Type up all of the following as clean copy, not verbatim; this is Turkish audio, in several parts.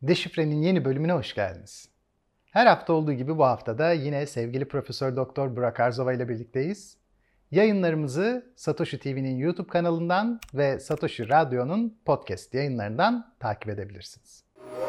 Deşifre'nin yeni bölümüne hoş geldiniz. Her hafta olduğu gibi bu hafta da yine sevgili Profesör Doktor Burak Arzova ile birlikteyiz. Yayınlarımızı Satoshi TV'nin YouTube kanalından ve Satoshi Radyo'nun podcast yayınlarından takip edebilirsiniz.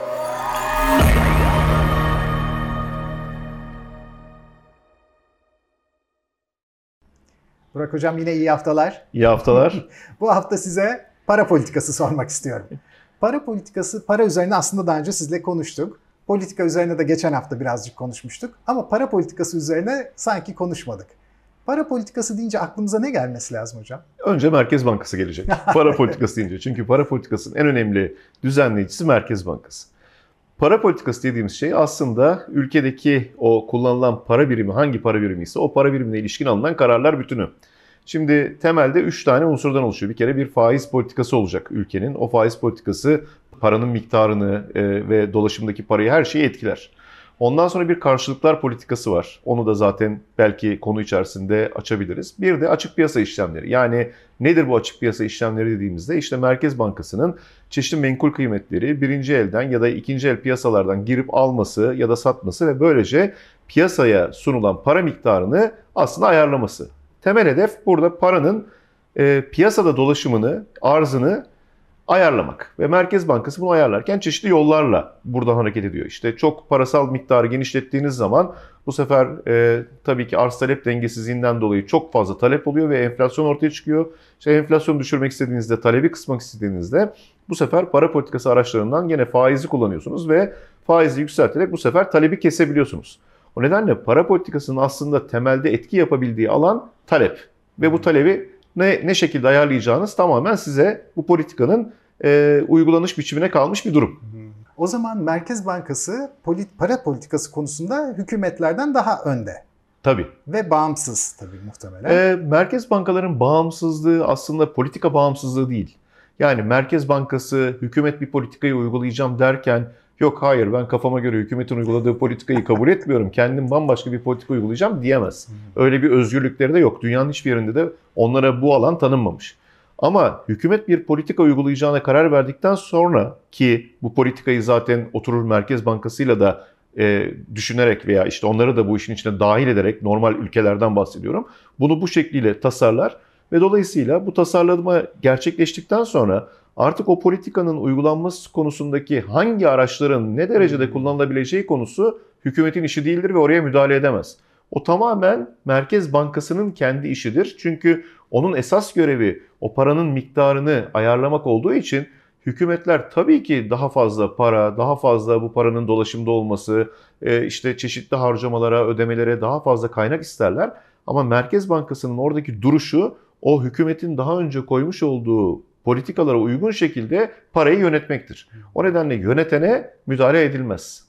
Burak Hocam yine iyi haftalar. İyi haftalar. Bu hafta size para politikası sormak istiyorum. Para politikası, para üzerine aslında daha önce sizle konuştuk. Politika üzerine de geçen hafta birazcık konuşmuştuk. Ama para politikası üzerine sanki konuşmadık. Para politikası deyince aklımıza ne gelmesi lazım hocam? Önce Merkez Bankası gelecek. Para politikası deyince. Çünkü para politikasının en önemli düzenleyicisi Merkez Bankası. Para politikası dediğimiz şey aslında ülkedeki o kullanılan para birimi, hangi para birimi ise o para birimine ilişkin alınan kararlar bütünü. Şimdi temelde 3 tane unsurdan oluşuyor. Bir kere bir faiz politikası olacak ülkenin. O faiz politikası paranın miktarını ve dolaşımdaki parayı her şeyi etkiler. Ondan sonra bir karşılıklar politikası var. Onu da zaten belki konu içerisinde açabiliriz. Bir de açık piyasa işlemleri. Yani nedir bu açık piyasa işlemleri dediğimizde işte Merkez Bankası'nın çeşitli menkul kıymetleri birinci elden ya da ikinci el piyasalardan girip alması ya da satması ve böylece piyasaya sunulan para miktarını aslında ayarlaması. Temel hedef burada paranın piyasada dolaşımını, arzını ayarlamak. Ve Merkez Bankası bunu ayarlarken çeşitli yollarla buradan hareket ediyor. İşte çok parasal miktarı genişlettiğiniz zaman bu sefer tabii ki arz talep dengesizliğinden dolayı çok fazla talep oluyor ve enflasyon ortaya çıkıyor. İşte enflasyonu düşürmek istediğinizde, talebi kısmak istediğinizde bu sefer para politikası araçlarından yine faizi kullanıyorsunuz ve faizi yükselterek bu sefer talebi kesebiliyorsunuz. O nedenle para politikasının aslında temelde etki yapabildiği alan talep. Ve bu talebi ne şekilde ayarlayacağınız tamamen size bu politikanın uygulanış biçimine kalmış bir durum. O zaman Merkez Bankası para politikası konusunda hükümetlerden daha önde. Tabii. Ve bağımsız tabii muhtemelen. Merkez bankaların bağımsızlığı aslında politika bağımsızlığı değil. Yani Merkez Bankası hükümet bir politikayı uygulayacağım derken yok hayır ben kafama göre hükümetin uyguladığı politikayı kabul etmiyorum. Kendim bambaşka bir politika uygulayacağım diyemez. Öyle bir özgürlükleri de yok. Dünyanın hiçbir yerinde de onlara bu alan tanınmamış. Ama hükümet bir politika uygulayacağına karar verdikten sonra ki bu politikayı zaten oturur Merkez Bankası'yla da düşünerek veya işte onları da bu işin içine dahil ederek normal ülkelerden bahsediyorum. Bunu bu şekliyle tasarlar ve dolayısıyla bu tasarlama gerçekleştikten sonra artık o politikanın uygulanması konusundaki hangi araçların ne derecede kullanılabileceği konusu hükümetin işi değildir ve oraya müdahale edemez. O tamamen Merkez Bankası'nın kendi işidir. Çünkü onun esas görevi o paranın miktarını ayarlamak olduğu için hükümetler tabii ki daha fazla para, daha fazla bu paranın dolaşımda olması, işte çeşitli harcamalara, ödemelere daha fazla kaynak isterler. Ama Merkez Bankası'nın oradaki duruşu o hükümetin daha önce koymuş olduğu politikalara uygun şekilde parayı yönetmektir. O nedenle yönetene müdahale edilmez.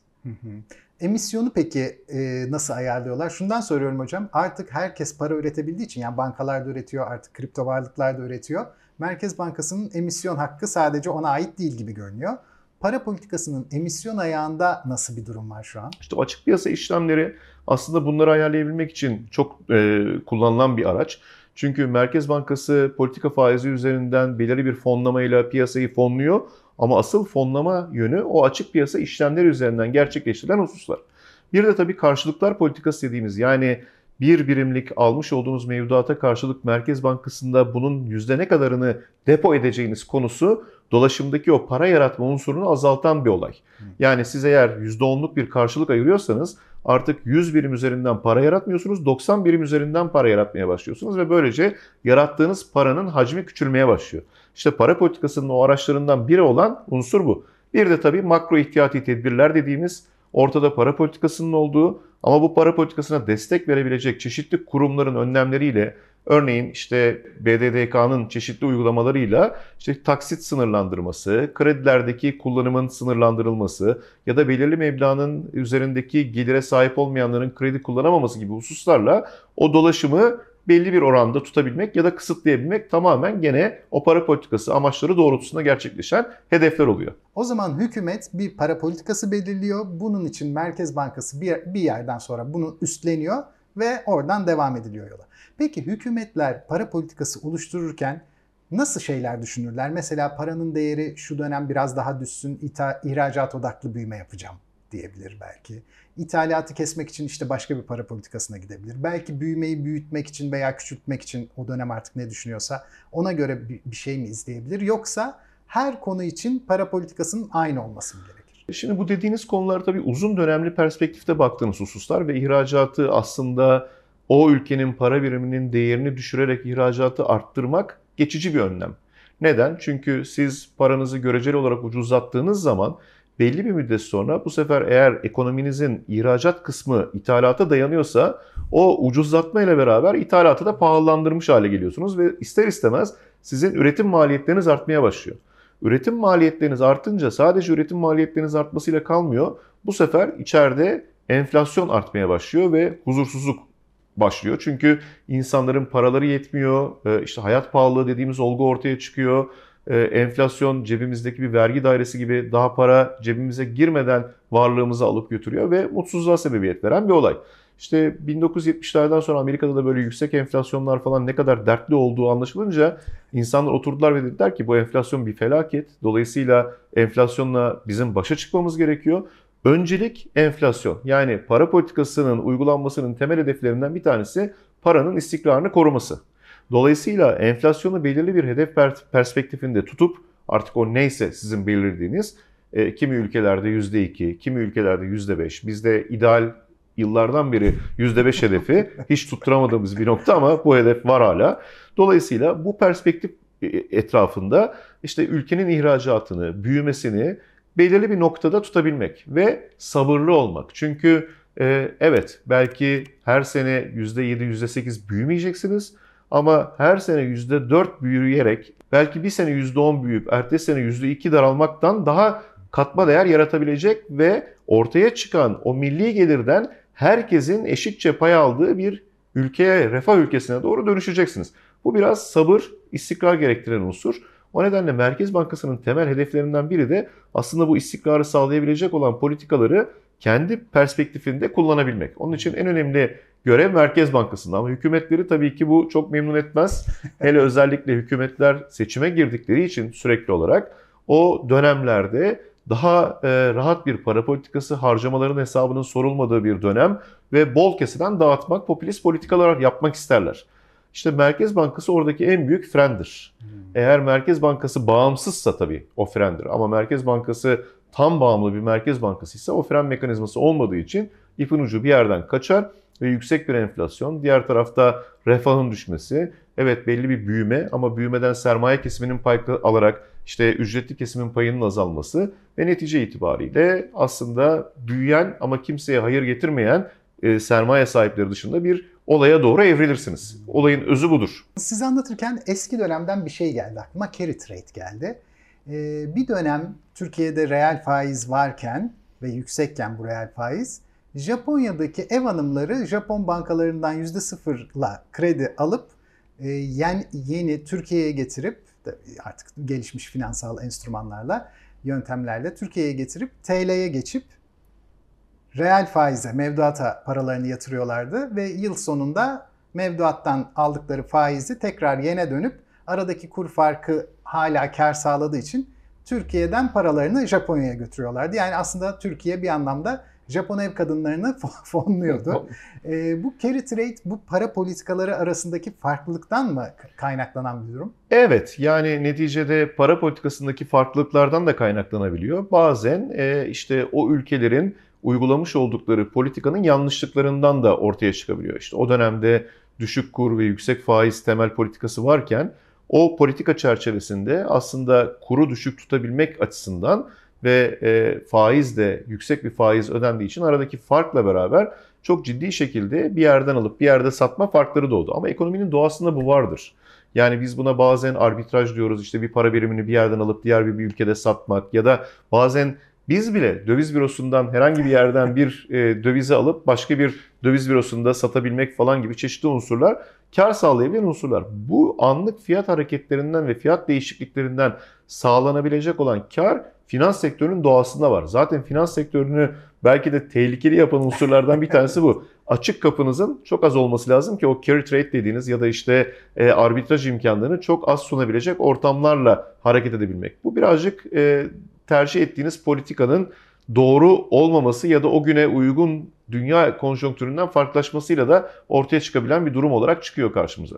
Emisyonu peki nasıl ayarlıyorlar? Şundan soruyorum hocam. Artık herkes para üretebildiği için yani bankalar da üretiyor, artık kripto varlıklar da üretiyor. Merkez Bankası'nın emisyon hakkı sadece ona ait değil gibi görünüyor. Para politikasının emisyon ayağında nasıl bir durum var şu an? İşte açık piyasa işlemleri aslında bunları ayarlayabilmek için çok kullanılan bir araç. Çünkü Merkez Bankası politika faizi üzerinden belirli bir fonlamayla piyasayı fonluyor. Ama asıl fonlama yönü o açık piyasa işlemleri üzerinden gerçekleştirilen hususlar. Bir de tabii karşılıklar politikası dediğimiz yani bir birimlik almış olduğunuz mevduata karşılık Merkez Bankası'nda bunun yüzde ne kadarını depo edeceğiniz konusu dolaşımdaki o para yaratma unsurunu azaltan bir olay. Yani siz eğer %10'luk bir karşılık ayırıyorsanız artık 100 birim üzerinden para yaratmıyorsunuz, 90 birim üzerinden para yaratmaya başlıyorsunuz ve böylece yarattığınız paranın hacmi küçülmeye başlıyor. İşte para politikasının o araçlarından biri olan unsur bu. Bir de tabii makro ihtiyati tedbirler dediğimiz ortada para politikasının olduğu ama bu para politikasına destek verebilecek çeşitli kurumların önlemleriyle örneğin işte BDDK'nın çeşitli uygulamalarıyla işte taksit sınırlandırması, kredilerdeki kullanımın sınırlandırılması ya da belirli meblağın üzerindeki gelire sahip olmayanların kredi kullanamaması gibi hususlarla o dolaşımı belli bir oranda tutabilmek ya da kısıtlayabilmek tamamen gene o para politikası amaçları doğrultusunda gerçekleşen hedefler oluyor. O zaman hükümet bir para politikası belirliyor. Bunun için Merkez Bankası bir yerden sonra bunu üstleniyor ve oradan devam ediliyor yola. Peki hükümetler para politikası oluştururken nasıl şeyler düşünürler? Mesela paranın değeri şu dönem biraz daha düşsün, ihracat odaklı büyüme yapacağım diyebilir belki. İthalatı kesmek için işte başka bir para politikasına gidebilir. Belki büyümeyi büyütmek için veya küçültmek için o dönem artık ne düşünüyorsa ona göre bir şey mi izleyebilir? Yoksa her konu için para politikasının aynı olması mı gerekir? Şimdi bu dediğiniz konular tabii uzun dönemli perspektifte baktığınız hususlar ve ihracatı aslında o ülkenin para biriminin değerini düşürerek ihracatı arttırmak geçici bir önlem. Neden? Çünkü siz paranızı göreceli olarak ucuzlattığınız zaman belli bir müddet sonra bu sefer eğer ekonominizin ihracat kısmı ithalata dayanıyorsa o ucuzlatma ile beraber ithalatı da pahalandırmış hale geliyorsunuz ve ister istemez sizin üretim maliyetleriniz artmaya başlıyor. Üretim maliyetleriniz artınca sadece üretim maliyetleriniz artmasıyla kalmıyor. Bu sefer içeride enflasyon artmaya başlıyor ve huzursuzluk başlıyor. Çünkü insanların paraları yetmiyor, işte hayat pahalılığı dediğimiz olgu ortaya çıkıyor. Enflasyon cebimizdeki bir vergi dairesi gibi daha para cebimize girmeden varlığımızı alıp götürüyor ve mutsuzluğa sebebiyet veren bir olay. İşte 1970'lerden sonra Amerika'da da böyle yüksek enflasyonlar falan ne kadar dertli olduğu anlaşılınca insanlar oturdular ve dediler ki bu enflasyon bir felaket. Dolayısıyla enflasyonla bizim başa çıkmamız gerekiyor. Öncelik enflasyon. Yani para politikasının uygulanmasının temel hedeflerinden bir tanesi paranın istikrarını koruması. Dolayısıyla enflasyonu belirli bir hedef perspektifinde tutup artık o neyse sizin belirlediğiniz kimi ülkelerde %2, kimi ülkelerde %5, bizde ideal yıllardan beri %5 hedefi hiç tutturamadığımız bir nokta ama bu hedef var hala. Dolayısıyla bu perspektif etrafında işte ülkenin ihracatını, büyümesini belirli bir noktada tutabilmek ve sabırlı olmak. Çünkü evet belki her sene %7, %8 büyümeyeceksiniz ama her sene %4 büyüyerek belki bir sene %10 büyüyüp ertesi sene %2 daralmaktan daha katma değer yaratabilecek ve ortaya çıkan o milli gelirden herkesin eşitçe pay aldığı bir ülkeye, refah ülkesine doğru dönüşeceksiniz. Bu biraz sabır, istikrar gerektiren unsur. O nedenle Merkez Bankası'nın temel hedeflerinden biri de aslında bu istikrarı sağlayabilecek olan politikaları kendi perspektifinde kullanabilmek. Onun için en önemli görev Merkez Bankası'nda ama hükümetleri tabii ki bu çok memnun etmez. Hele özellikle hükümetler seçime girdikleri için sürekli olarak o dönemlerde daha rahat bir para politikası, harcamaların hesabının sorulmadığı bir dönem ve bol keseden dağıtmak, popülist politikalar yapmak isterler. İşte Merkez Bankası oradaki en büyük frendir. Eğer Merkez Bankası bağımsızsa tabii o frendir. Ama Merkez Bankası tam bağımlı bir Merkez Bankasıysa o fren mekanizması olmadığı için ipin ucu bir yerden kaçar ve yüksek bir enflasyon, diğer tarafta refahın düşmesi, evet belli bir büyüme ama büyümeden sermaye kesiminin pay alarak işte ücretli kesimin payının azalması ve netice itibariyle aslında büyüyen ama kimseye hayır getirmeyen sermaye sahipleri dışında bir olaya doğru evrilirsiniz. Olayın özü budur. Siz anlatırken eski dönemden bir şey geldi aklıma. Carry trade geldi. Bir dönem Türkiye'de reel faiz varken ve yüksekken bu reel faiz, Japonya'daki ev hanımları Japon bankalarından %0'la kredi alıp yeni Türkiye'ye getirip artık gelişmiş finansal enstrümanlarla, yöntemlerle Türkiye'ye getirip TL'ye geçip reel faize, mevduata paralarını yatırıyorlardı ve yıl sonunda mevduattan aldıkları faizi tekrar yene dönüp aradaki kur farkı hala kar sağladığı için Türkiye'den paralarını Japonya'ya götürüyorlardı. Yani aslında Türkiye bir anlamda Japon ev kadınlarını fonluyordu. Bu carry trade, bu para politikaları arasındaki farklılıktan mı kaynaklanan bir durum? Evet, yani neticede para politikasındaki farklılıklardan da kaynaklanabiliyor. Bazen işte o ülkelerin uygulamış oldukları politikanın yanlışlıklarından da ortaya çıkabiliyor. İşte o dönemde düşük kur ve yüksek faiz temel politikası varken o politika çerçevesinde aslında kuru düşük tutabilmek açısından ve faiz de yüksek bir faiz ödendiği için aradaki farkla beraber çok ciddi şekilde bir yerden alıp bir yerde satma farkları doğdu. Ama ekonominin doğasında bu vardır. Yani biz buna bazen arbitraj diyoruz, işte bir para birimini bir yerden alıp diğer bir ülkede satmak ya da bazen biz bile döviz bürosundan herhangi bir yerden bir dövizi alıp başka bir döviz bürosunda satabilmek falan gibi çeşitli unsurlar kar sağlayabilen unsurlar. Bu anlık fiyat hareketlerinden ve fiyat değişikliklerinden sağlanabilecek olan kar finans sektörünün doğasında var. Zaten finans sektörünü belki de tehlikeli yapan unsurlardan bir tanesi bu. Açık kapınızın çok az olması lazım ki o carry trade dediğiniz ya da işte arbitraj imkanlarını çok az sunabilecek ortamlarla hareket edebilmek. Bu birazcık tercih ettiğiniz politikanın doğru olmaması ya da o güne uygun dünya konjonktüründen farklılaşmasıyla da ortaya çıkabilen bir durum olarak çıkıyor karşımıza.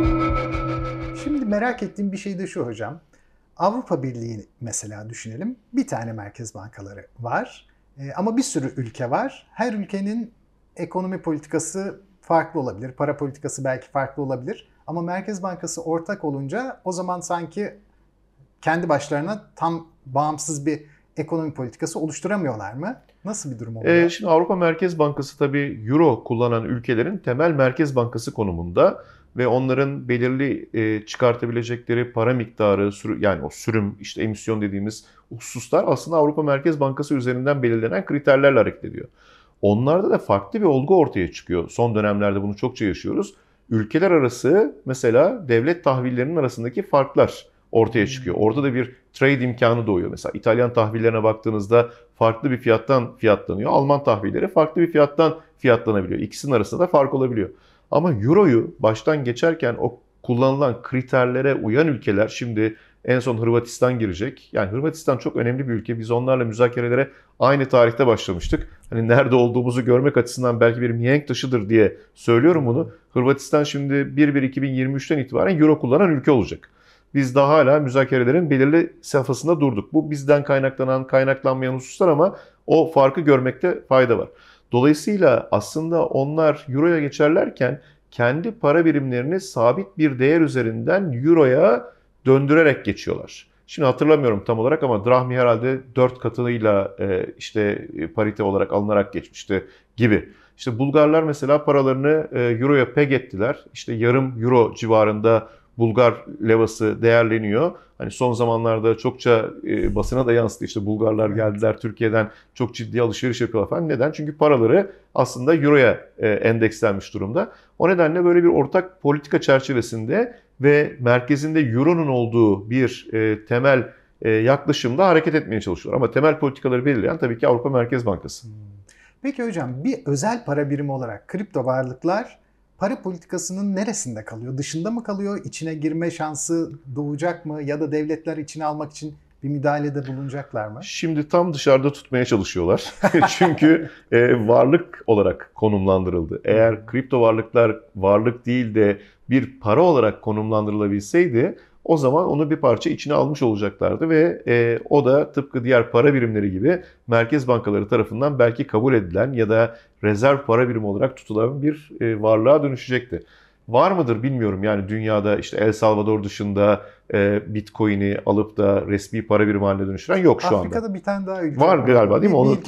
Şimdi merak ettiğim bir şey de şu hocam. Avrupa Birliği mesela düşünelim. Bir tane merkez bankaları var. Ama bir sürü ülke var. Her ülkenin ekonomi politikası farklı olabilir. Para politikası belki farklı olabilir. Ama Merkez Bankası ortak olunca o zaman sanki kendi başlarına tam bağımsız bir ekonomi politikası oluşturamıyorlar mı? Nasıl bir durum oluyor? Şimdi Avrupa Merkez Bankası tabii Euro kullanan ülkelerin temel merkez bankası konumunda ve onların belirli çıkartabilecekleri para miktarı, yani o sürüm, işte emisyon dediğimiz hususlar aslında Avrupa Merkez Bankası üzerinden belirlenen kriterlerle hareket ediyor. Onlarda da farklı bir olgu ortaya çıkıyor. Son dönemlerde bunu çokça yaşıyoruz. Ülkeler arası mesela devlet tahvillerinin arasındaki farklar ortaya çıkıyor. Orada da bir trade imkanı doğuyor. Mesela İtalyan tahvillerine baktığınızda farklı bir fiyattan fiyatlanıyor. Alman tahvilleri farklı bir fiyattan fiyatlanabiliyor. İkisinin arasında da fark olabiliyor. Ama Euro'yu baştan geçerken o kullanılan kriterlere uyan ülkeler, şimdi en son Hırvatistan girecek. Yani Hırvatistan çok önemli bir ülke. Biz onlarla müzakerelere aynı tarihte başlamıştık. Hani nerede olduğumuzu görmek açısından belki bir mihenk taşıdır diye söylüyorum bunu. Hırvatistan şimdi 1-1-2023'ten itibaren Euro kullanan ülke olacak. Biz daha hala müzakerelerin belirli safhasında durduk. Bu bizden kaynaklanmayan hususlar ama o farkı görmekte fayda var. Dolayısıyla aslında onlar Euro'ya geçerlerken kendi para birimlerini sabit bir değer üzerinden Euro'ya döndürerek geçiyorlar. Şimdi hatırlamıyorum tam olarak ama drahmi herhalde 4 katıyla işte parite olarak alınarak geçmişti gibi. İşte Bulgarlar mesela paralarını Euro'ya peg ettiler. İşte yarım Euro civarında Bulgar levası değerleniyor. Hani son zamanlarda çokça basına da yansıdı. İşte Bulgarlar geldiler Türkiye'den çok ciddi alışveriş yapıyorlar falan. Neden? Çünkü paraları aslında Euro'ya endekslenmiş durumda. O nedenle böyle bir ortak politika çerçevesinde ve merkezinde Euro'nun olduğu bir temel yaklaşımda hareket etmeye çalışıyorlar. Ama temel politikaları belirleyen tabii ki Avrupa Merkez Bankası. Peki hocam, bir özel para birimi olarak kripto varlıklar para politikasının neresinde kalıyor? Dışında mı kalıyor? İçine girme şansı doğacak mı? Ya da devletler içine almak için bir müdahalede bulunacaklar mı? Şimdi tam dışarıda tutmaya çalışıyorlar. Çünkü varlık olarak konumlandırıldı. Eğer kripto varlıklar varlık değil de bir para olarak konumlandırılabilseydi o zaman onu bir parça içine almış olacaklardı ve o da tıpkı diğer para birimleri gibi merkez bankaları tarafından belki kabul edilen ya da rezerv para birimi olarak tutulan bir varlığa dönüşecekti. Var mıdır bilmiyorum. Yani dünyada işte El Salvador dışında Bitcoin'i alıp da resmi para birimi haline dönüştüren yok şu anda. Afrika'da bir tane daha ülke var galiba değil mi? Onun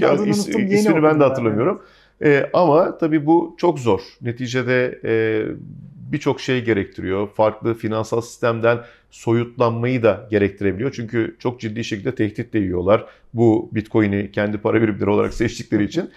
ismini ben de hatırlamıyorum. Ama tabii bu çok zor. Neticede birçok şey gerektiriyor. Farklı finansal sistemden soyutlanmayı da gerektirebiliyor. Çünkü çok ciddi şekilde tehdit de yiyorlar. Bu Bitcoin'i kendi para birimleri olarak seçtikleri için.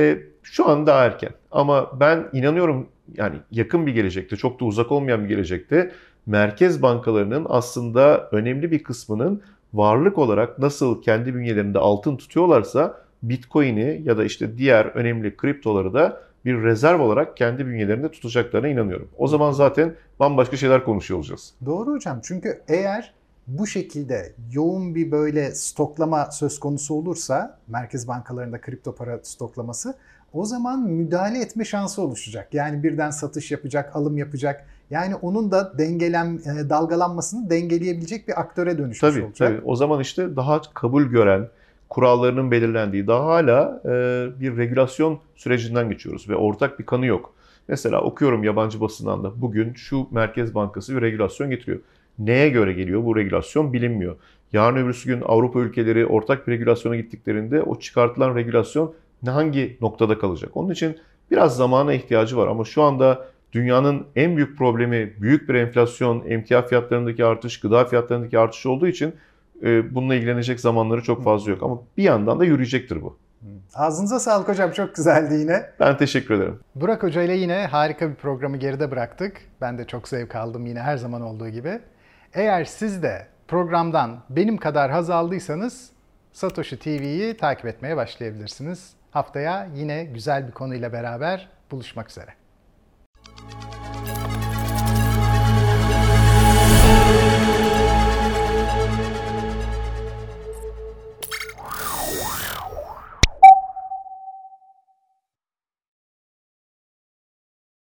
Şu an daha erken. Ama ben inanıyorum yani yakın bir gelecekte, çok da uzak olmayan bir gelecekte merkez bankalarının aslında önemli bir kısmının varlık olarak nasıl kendi bünyelerinde altın tutuyorlarsa Bitcoin'i ya da işte diğer önemli kriptoları da bir rezerv olarak kendi bünyelerinde tutacaklarına inanıyorum. O zaman zaten bambaşka şeyler konuşuyor olacağız. Doğru hocam. Çünkü eğer bu şekilde yoğun bir böyle stoklama söz konusu olursa, merkez bankalarında kripto para stoklaması, o zaman müdahale etme şansı oluşacak. Yani birden satış yapacak, alım yapacak. Yani onun da dalgalanmasını dengeleyebilecek bir aktöre dönüşmüş olacak. Tabii. O zaman işte daha kabul gören, kurallarının belirlendiği, daha hala bir regülasyon sürecinden geçiyoruz ve ortak bir kanı yok. Mesela okuyorum yabancı basından da bugün şu Merkez Bankası bir regülasyon getiriyor. Neye göre geliyor bu regülasyon bilinmiyor. Yarın öbürsü gün Avrupa ülkeleri ortak bir regülasyona gittiklerinde o çıkartılan regülasyon hangi noktada kalacak? Onun için biraz zamana ihtiyacı var ama şu anda dünyanın en büyük problemi büyük bir enflasyon, emtia fiyatlarındaki artış, gıda fiyatlarındaki artış olduğu için bununla ilgilenecek zamanları çok fazla yok. Ama bir yandan da yürüyecektir bu. Ağzınıza sağlık hocam. Çok güzeldi yine. Ben teşekkür ederim. Burak Hoca ile yine harika bir programı geride bıraktık. Ben de çok zevk aldım yine her zaman olduğu gibi. Eğer siz de programdan benim kadar haz aldıysanız Satoshi TV'yi takip etmeye başlayabilirsiniz. Haftaya yine güzel bir konuyla beraber buluşmak üzere.